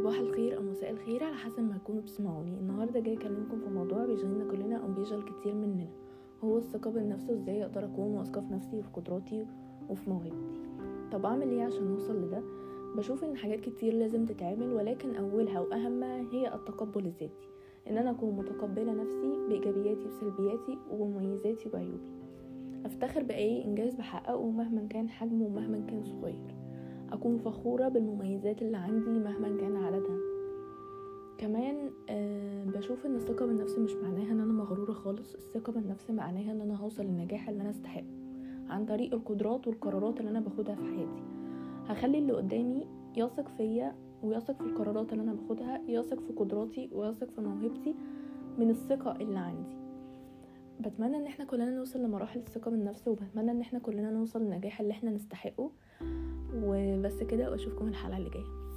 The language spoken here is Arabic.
صباح الخير او مساء الخير على حسب ما تكونوا بتسمعوني. النهارده جاي اكلمكم في موضوع بيشغلنا كلنا او بيشغل كتير مننا، هو الثقه بالنفس وازاي اقدر اكون واثقه في نفسي وفي قدراتي وفي موهبتي. طب اعمل ايه عشان اوصل لده؟ بشوف ان حاجات كتير لازم تتعمل، ولكن اولها واهمها هي التقبل الذاتي، ان انا اكون متقبله نفسي بايجابياتي وسلبياتي ومميزاتي وعيوبي، افتخر باي انجاز بحققه مهما كان حجمه ومهما كان صغير، اكون فخورة بالمميزات اللي عندي مهما كان عددها. كمان بشوف ان الثقة بالنفس مش معناها ان انا مغرورة خالص. الثقة بالنفس معناها ان انا هوصل للنجاح اللي انا استحقه عن طريق القدرات والقرارات اللي انا باخدها في حياتي. هخلي اللي قدامي يثق فيا ويثق في القرارات اللي انا باخدها، يثق في قدراتي ويثق في موهبتي من الثقة اللي عندي. بتمنى ان احنا كلنا نوصل لمراحل الثقة بالنفس، وبتمنى ان احنا كلنا نوصل للنجاح اللي احنا نستحقه. وبس كده، واشوفكم الحلقة اللي جاية.